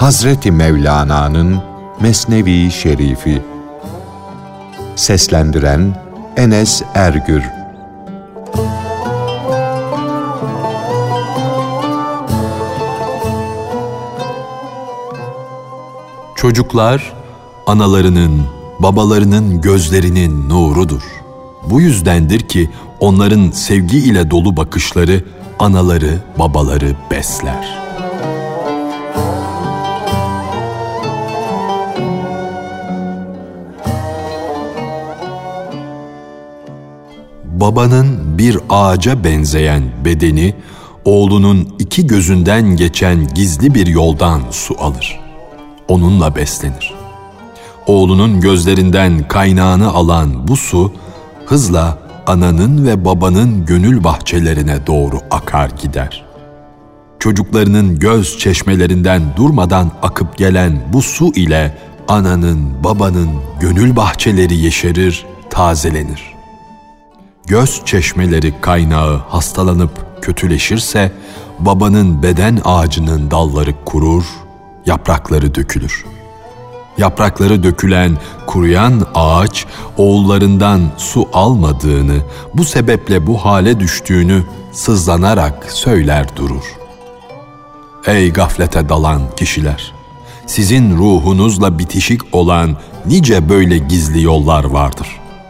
Hazreti Mevlana'nın Mesnevi Şerifi. Seslendiren Enes Ergür. Çocuklar, analarının, babalarının gözlerinin nurudur. Bu yüzdendir ki onların sevgi ile dolu bakışları anaları, babaları besler. Babanın bir ağaca benzeyen bedeni, oğlunun iki gözünden geçen gizli bir yoldan su alır. Onunla beslenir. Oğlunun gözlerinden kaynağını alan bu su, hızla ananın ve babanın gönül bahçelerine doğru akar gider. Çocuklarının göz çeşmelerinden durmadan akıp gelen bu su ile ananın, babanın gönül bahçeleri yeşerir, tazelenir. Göz çeşmeleri kaynağı hastalanıp kötüleşirse, babanın beden ağacının dalları kurur, yaprakları dökülür. Yaprakları dökülen, kuruyan ağaç, oğullarından su almadığını, bu sebeple bu hale düştüğünü sızlanarak söyler durur. Ey gaflete dalan kişiler! Sizin ruhunuzla bitişik olan nice böyle gizli yollar vardır.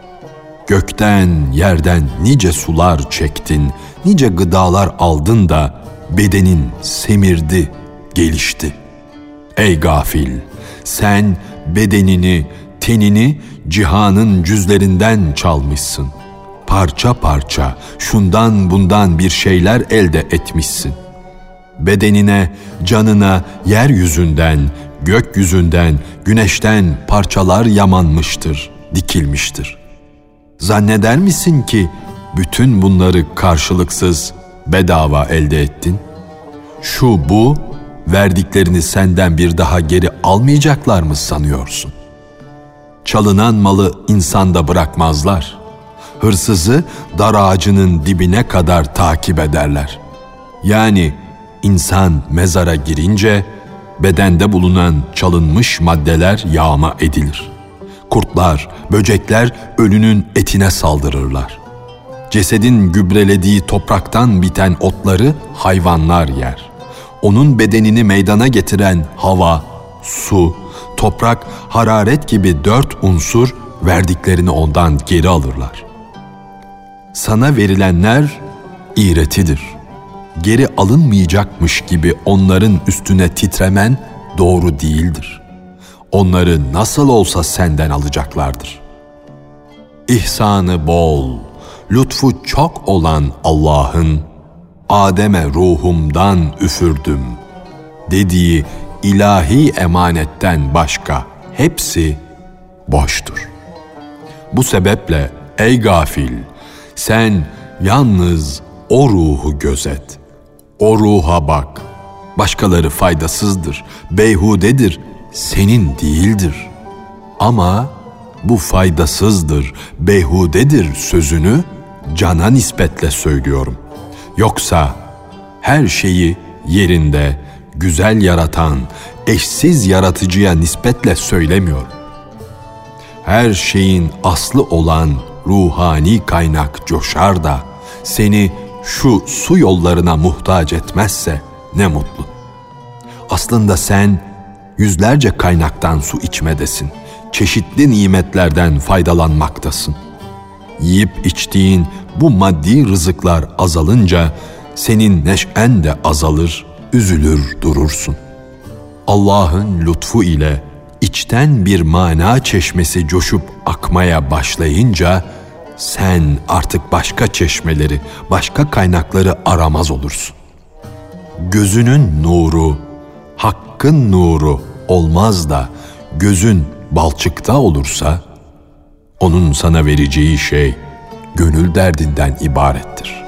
Gökten, yerden nice sular çektin, nice gıdalar aldın da bedenin semirdi, gelişti. Ey gafil! Sen bedenini, tenini cihanın cüzlerinden çalmışsın. Parça parça, şundan bundan bir şeyler elde etmişsin. Bedenine, canına yeryüzünden, gökyüzünden, güneşten parçalar yamanmıştır, dikilmiştir. Zanneder misin ki bütün bunları karşılıksız, bedava elde ettin? Şu bu, verdiklerini senden bir daha geri almayacaklar mı sanıyorsun? Çalınan malı insanda bırakmazlar. Hırsızı dar ağacının dibine kadar takip ederler. Yani insan mezara girince bedende bulunan çalınmış maddeler yağma edilir. Kurtlar, böcekler ölünün etine saldırırlar. Cesedin gübrelediği topraktan biten otları hayvanlar yer. Onun bedenini meydana getiren hava, su, toprak, hararet gibi 4 unsur verdiklerini ondan geri alırlar. Sana verilenler iğretidir. Geri alınmayacakmış gibi onların üstüne titremen doğru değildir. Onları nasıl olsa senden alacaklardır. İhsanı bol, lütfu çok olan Allah'ın Adem'e ruhumdan üfürdüm dediği ilahi emanetten başka hepsi boştur. Bu sebeple ey gafil, sen yalnız o ruhu gözet. O ruha bak. Başkaları faydasızdır, beyhudedir, senin değildir. Ama bu faydasızdır, beyhudedir sözünü cana nispetle söylüyorum. Yoksa her şeyi yerinde, güzel yaratan, eşsiz yaratıcıya nispetle söylemiyorum. Her şeyin aslı olan ruhani kaynak coşar da seni şu su yollarına muhtaç etmezse ne mutlu. Aslında sen yüzlerce kaynaktan su içmedesin, çeşitli nimetlerden faydalanmaktasın. Yiyip içtiğin bu maddi rızıklar azalınca senin neşen de azalır, üzülür durursun. Allah'ın lütfu ile içten bir mana çeşmesi coşup akmaya başlayınca sen artık başka çeşmeleri, başka kaynakları aramaz olursun. Gözünün nuru, hakkın nuru olmaz da gözün balçıkta olursa, onun sana vereceği şey gönül derdinden ibarettir.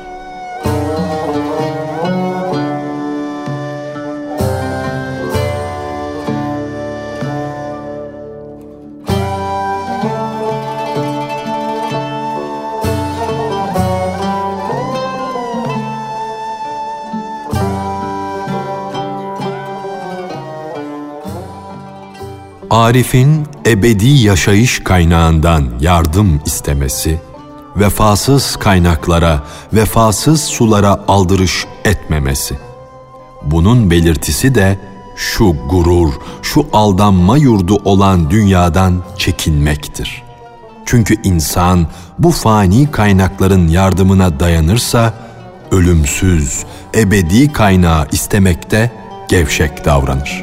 Arif'in ebedi yaşayış kaynağından yardım istemesi, vefasız kaynaklara, vefasız sulara aldırış etmemesi. Bunun belirtisi de şu gurur, şu aldanma yurdu olan dünyadan çekinmektir. Çünkü insan bu fani kaynakların yardımına dayanırsa, ölümsüz, ebedi kaynağı istemekte gevşek davranır.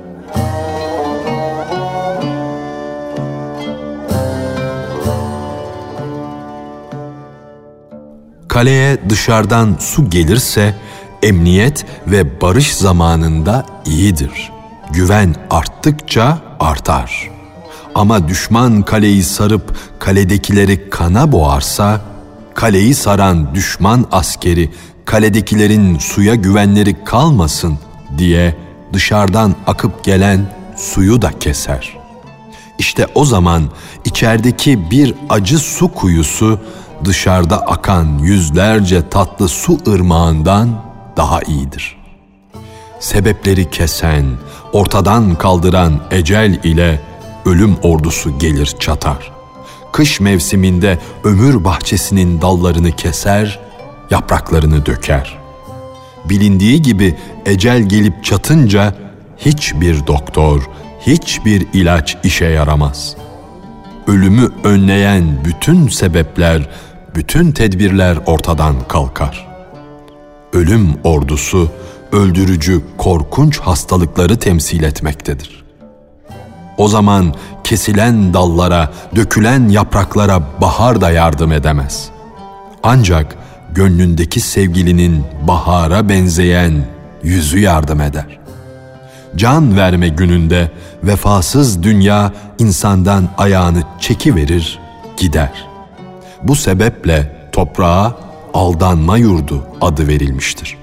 Kaleye dışarıdan su gelirse, emniyet ve barış zamanında iyidir. Güven arttıkça artar. Ama düşman kaleyi sarıp kaledekileri kana boğarsa, kaleyi saran düşman askeri kaledekilerin suya güvenleri kalmasın diye dışarıdan akıp gelen suyu da keser. İşte o zaman içerideki bir acı su kuyusu dışarıda akan yüzlerce tatlı su ırmağından daha iyidir. Sebepleri kesen, ortadan kaldıran ecel ile ölüm ordusu gelir çatar. Kış mevsiminde ömür bahçesinin dallarını keser, yapraklarını döker. Bilindiği gibi ecel gelip çatınca hiçbir doktor, hiçbir ilaç işe yaramaz. Ölümü önleyen bütün sebepler, bütün tedbirler ortadan kalkar. Ölüm ordusu, öldürücü, korkunç hastalıkları temsil etmektedir. O zaman kesilen dallara, dökülen yapraklara bahar da yardım edemez. Ancak gönlündeki sevgilinin bahara benzeyen yüzü yardım eder. Can verme gününde vefasız dünya insandan ayağını çekiverir, gider. Bu sebeple toprağa aldanma yurdu adı verilmiştir.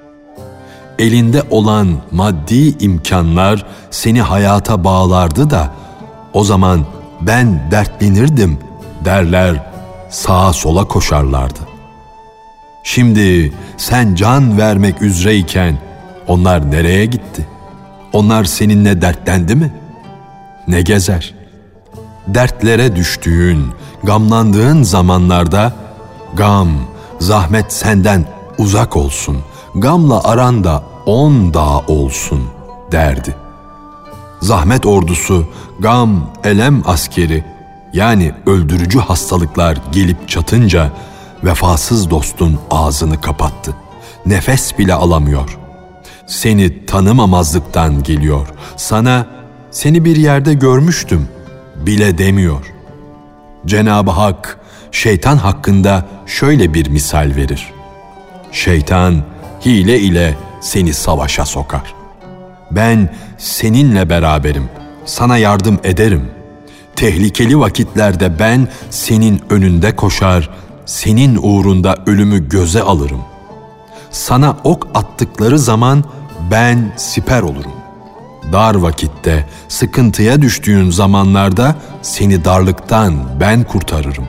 Elinde olan maddi imkanlar seni hayata bağlardı da o zaman ben dertlenirdim derler, sağa sola koşarlardı. Şimdi sen can vermek üzereyken onlar nereye gitti? Onlar seninle dertlendi mi? Ne gezer? Dertlere düştüğün, gamlandığın zamanlarda gam, zahmet senden uzak olsun, gamla aranda 10 dağ olsun derdi. Zahmet ordusu, gam, elem askeri yani öldürücü hastalıklar gelip çatınca vefasız dostun ağzını kapattı. Nefes bile alamıyor. Seni tanımamazlıktan geliyor. Sana seni bir yerde görmüştüm bile demiyor. Cenab-ı Hak şeytan hakkında şöyle bir misal verir. Şeytan hile ile seni savaşa sokar. Ben seninle beraberim, sana yardım ederim. Tehlikeli vakitlerde ben senin önünde koşar, senin uğrunda ölümü göze alırım. Sana ok attıkları zaman ben siper olurum. Dar vakitte, sıkıntıya düştüğün zamanlarda seni darlıktan ben kurtarırım.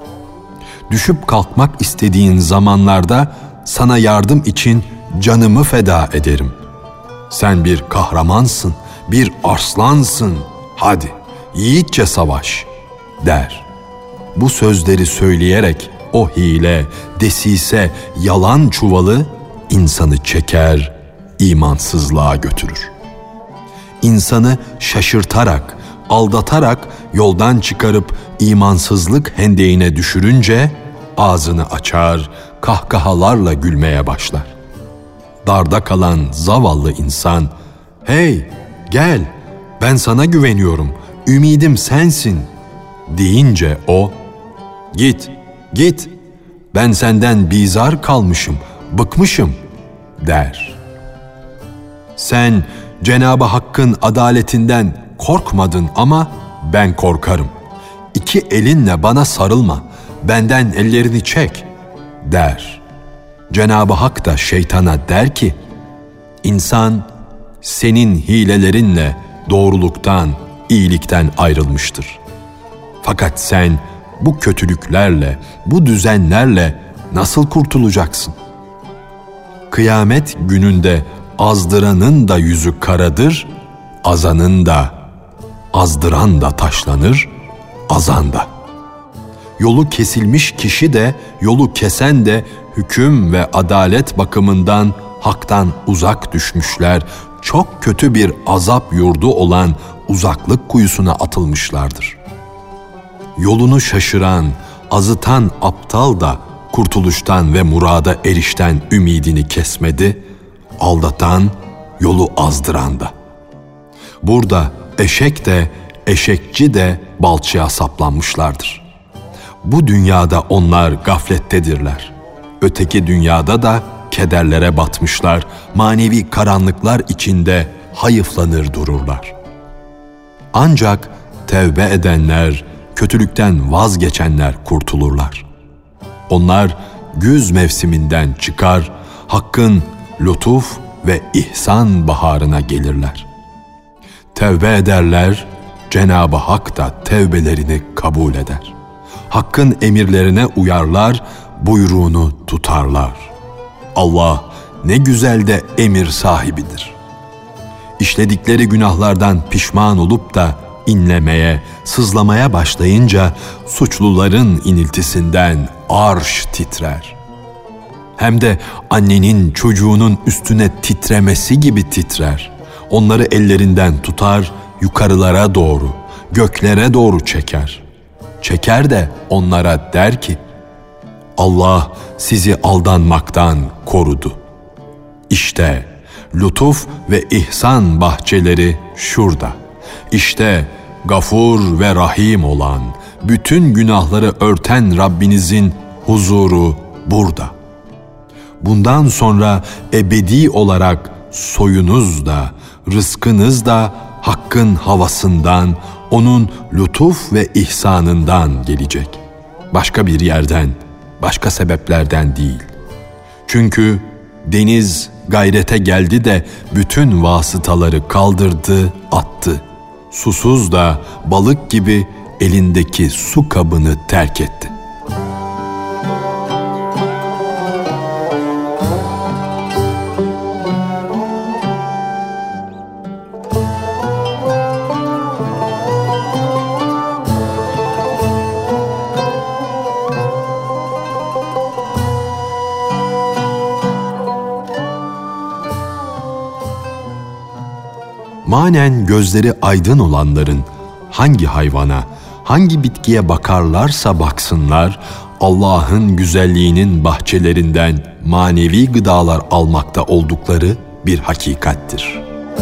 Düşüp kalkmak istediğin zamanlarda sana yardım için canımı feda ederim. Sen bir kahramansın, bir arslansın. Hadi yiğitçe savaş der. Bu sözleri söyleyerek o hile, desise, yalan çuvalı insanı çeker, imansızlığa götürür. İnsanı şaşırtarak, aldatarak yoldan çıkarıp imansızlık hendeğine düşürünce ağzını açar, kahkahalarla gülmeye başlar. Darda kalan zavallı insan, "Hey, gel, ben sana güveniyorum, ümidim sensin," deyince o, "Git, git, ben senden bizar kalmışım, bıkmışım," der. Sen Cenab-ı Hakk'ın adaletinden korkmadın ama ben korkarım. İki elinle bana sarılma, benden ellerini çek der. Cenab-ı Hak da şeytana der ki, İnsan senin hilelerinle doğruluktan, iyilikten ayrılmıştır. Fakat sen bu kötülüklerle, bu düzenlerle nasıl kurtulacaksın? Kıyamet gününde azdıranın da yüzü karadır, azanın da. azdıran da taşlanır, azan da. Yolu kesilmiş kişi de, yolu kesen de hüküm ve adalet bakımından haktan uzak düşmüşler, çok kötü bir azap yurdu olan uzaklık kuyusuna atılmışlardır. Yolunu şaşıran, azıtan aptal da kurtuluştan ve murada erişten ümidini kesmedi, aldatan, yolu azdıran da. Burada eşek de, eşekçi de balçığa saplanmışlardır. Bu dünyada onlar gaflettedirler. Öteki dünyada da kederlere batmışlar, manevi karanlıklar içinde hayıflanır dururlar. Ancak tevbe edenler, kötülükten vazgeçenler kurtulurlar. Onlar güz mevsiminden çıkar, Hakk'ın lütuf ve ihsan baharına gelirler. Tevbe ederler, Cenab-ı Hak da tevbelerini kabul eder. Hakk'ın emirlerine uyarlar, buyruğunu tutarlar. Allah ne güzel de emir sahibidir. İşledikleri günahlardan pişman olup da inlemeye, sızlamaya başlayınca suçluların iniltisinden arş titrer. Hem de annenin çocuğunun üstüne titremesi gibi titrer. Onları ellerinden tutar, yukarılara doğru, göklere doğru çeker. Çeker de onlara der ki, Allah sizi aldanmaktan korudu. İşte lütuf ve ihsan bahçeleri şurada. İşte Gafur ve Rahim olan, bütün günahları örten Rabbinizin huzuru burada. Bundan sonra ebedi olarak soyunuz da, rızkınız da Hakk'ın havasından, onun lütuf ve ihsanından gelecek. Başka bir yerden, başka sebeplerden değil. Çünkü deniz gayrete geldi de bütün vasıtaları kaldırdı, attı. Susuz da balık gibi elindeki su kabını terk etti. Manen gözleri aydın olanların hangi hayvana, hangi bitkiye bakarlarsa baksınlar, Allah'ın güzelliğinin bahçelerinden manevi gıdalar almakta oldukları bir hakikattir.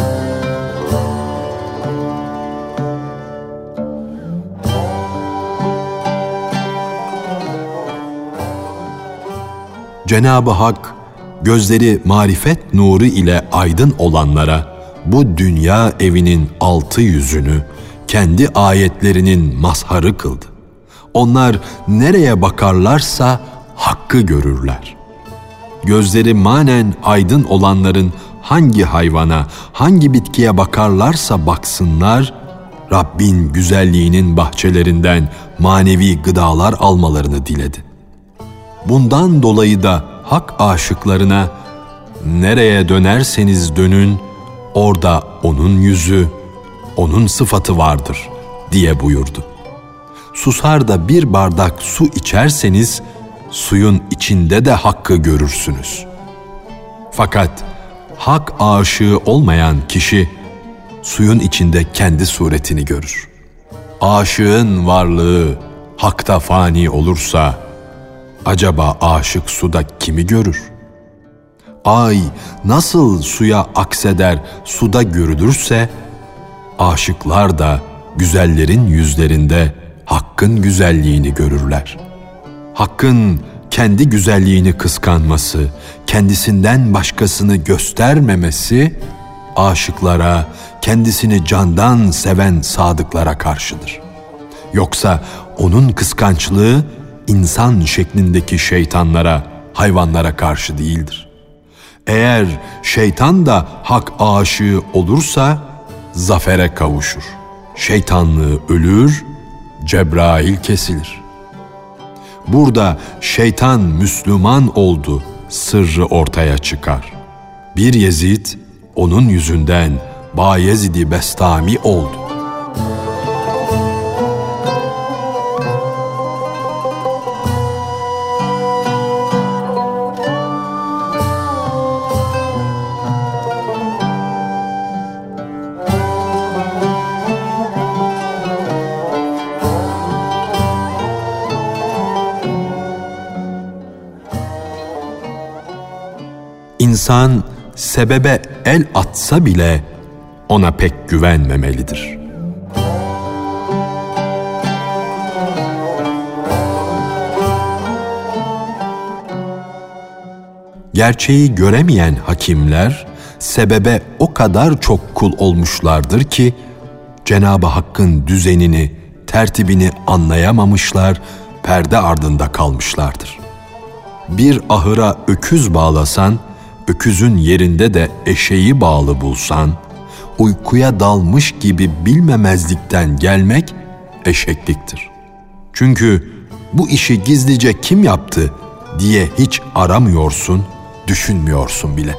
Cenab-ı Hak, gözleri marifet nuru ile aydın olanlara, bu dünya evinin 6 yüzünü kendi ayetlerinin mazharı kıldı. Onlar nereye bakarlarsa Hakk'ı görürler. Gözleri manen aydın olanların hangi hayvana, hangi bitkiye bakarlarsa baksınlar, Rabbin güzelliğinin bahçelerinden manevi gıdalar almalarını diledi. Bundan dolayı da Hak aşıklarına, nereye dönerseniz dönün, orada onun yüzü, onun sıfatı vardır diye buyurdu. Susar da bir bardak su içerseniz, suyun içinde de Hakk'ı görürsünüz. Fakat Hak aşığı olmayan kişi, suyun içinde kendi suretini görür. Aşığın varlığı Hak'ta fani olursa, acaba aşık suda kimi görür? Ay nasıl suya akseder, suda görülürse, aşıklar da güzellerin yüzlerinde Hakk'ın güzelliğini görürler. Hakk'ın kendi güzelliğini kıskanması, kendisinden başkasını göstermemesi, aşıklara, kendisini candan seven sadıklara karşıdır. Yoksa onun kıskançlığı insan şeklindeki şeytanlara, hayvanlara karşı değildir. Eğer şeytan da Hak aşığı olursa zafere kavuşur. Şeytanlığı ölür, Cebrail kesilir. Burada şeytan Müslüman oldu sırrı ortaya çıkar. Bir Yezid onun yüzünden Bayezid-i Bestami oldu. İnsan sebebe el atsa bile ona pek güvenmemelidir. Gerçeği göremeyen hakimler sebebe o kadar çok kul olmuşlardır ki Cenab-ı Hakk'ın düzenini, tertibini anlayamamışlar, perde ardında kalmışlardır. Bir ahıra öküz bağlasan, öküzün yerinde de eşeği bağlı bulsan, uykuya dalmış gibi bilmemezlikten gelmek eşekliktir. Çünkü bu işi gizlice kim yaptı diye hiç aramıyorsun, düşünmüyorsun bile.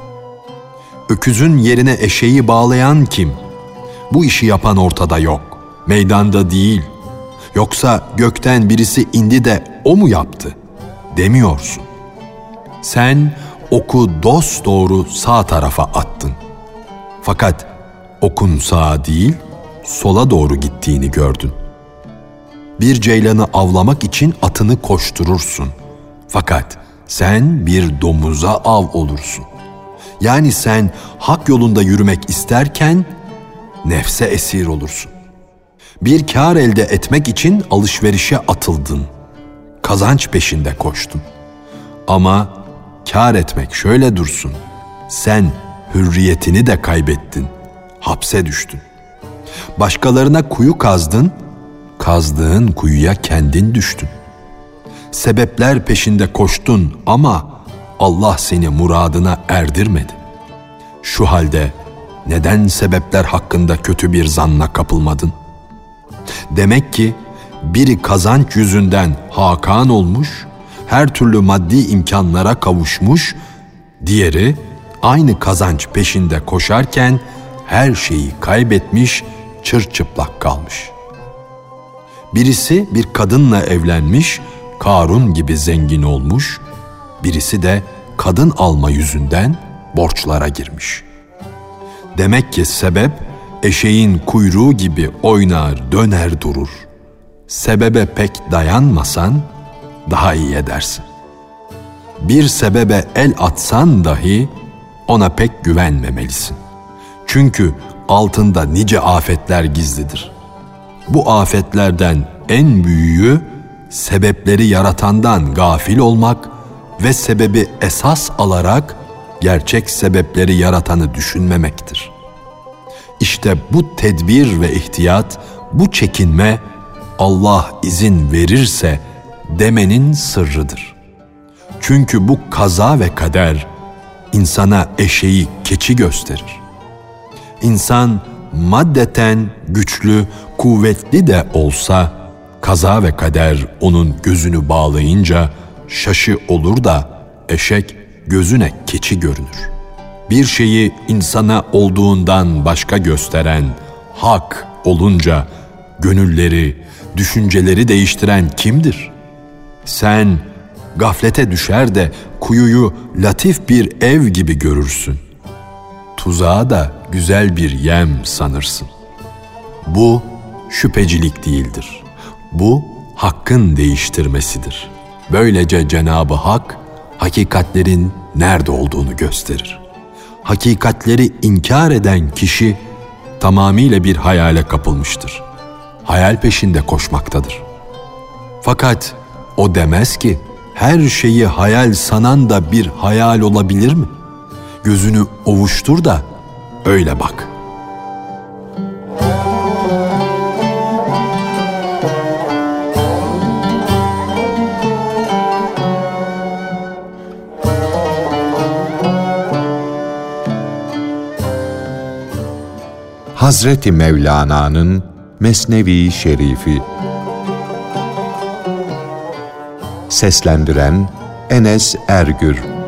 Öküzün yerine eşeği bağlayan kim? Bu işi yapan ortada yok, meydanda değil. Yoksa gökten birisi indi de o mu yaptı demiyorsun. Sen oku dosdoğru sağ tarafa attın. Fakat okun sağa değil, sola doğru gittiğini gördün. Bir ceylanı avlamak için atını koşturursun. Fakat sen bir domuza av olursun. Yani sen hak yolunda yürümek isterken nefse esir olursun. Bir kâr elde etmek için alışverişe atıldın. Kazanç peşinde koştun. Ama kâr etmek şöyle dursun. Sen hürriyetini de kaybettin. Hapse düştün. Başkalarına kuyu kazdın. Kazdığın kuyuya kendin düştün. Sebepler peşinde koştun ama Allah seni muradına erdirmedi. Şu halde neden sebepler hakkında kötü bir zanna kapılmadın? Demek ki biri kazanç yüzünden hakan olmuş, her türlü maddi imkanlara kavuşmuş, diğeri aynı kazanç peşinde koşarken her şeyi kaybetmiş, çırçıplak kalmış. Birisi bir kadınla evlenmiş, Karun gibi zengin olmuş, birisi de kadın alma yüzünden borçlara girmiş. Demek ki sebep eşeğin kuyruğu gibi oynar döner durur. Sebebe pek dayanmasan daha iyi edersin. Bir sebebe el atsan dahi ona pek güvenmemelisin. Çünkü altında nice afetler gizlidir. Bu afetlerden en büyüğü sebepleri yaratandan gafil olmak ve sebebi esas alarak gerçek sebepleri yaratanı düşünmemektir. İşte bu tedbir ve ihtiyat, bu çekinme Allah izin verirse demenin sırrıdır. Çünkü bu kaza ve kader insana eşeği keçi gösterir. İnsan maddeten güçlü, kuvvetli de olsa kaza ve kader onun gözünü bağlayınca şaşı olur da eşek gözüne keçi görünür. Bir şeyi insana olduğundan başka gösteren hak olunca gönülleri, düşünceleri değiştiren kimdir? Sen gaflete düşer de kuyuyu latif bir ev gibi görürsün. Tuzağı da güzel bir yem sanırsın. Bu şüphecilik değildir. Bu hakkın değiştirmesidir. Böylece Cenab-ı Hak hakikatlerin nerede olduğunu gösterir. Hakikatleri inkar eden kişi tamamıyla bir hayale kapılmıştır. Hayal peşinde koşmaktadır. Fakat o demez ki her şeyi hayal sanan da bir hayal olabilir mi? Gözünü ovuştur da öyle bak. Hazreti Mevlana'nın Mesnevi Şerifi. Seslendiren Enes Ergür.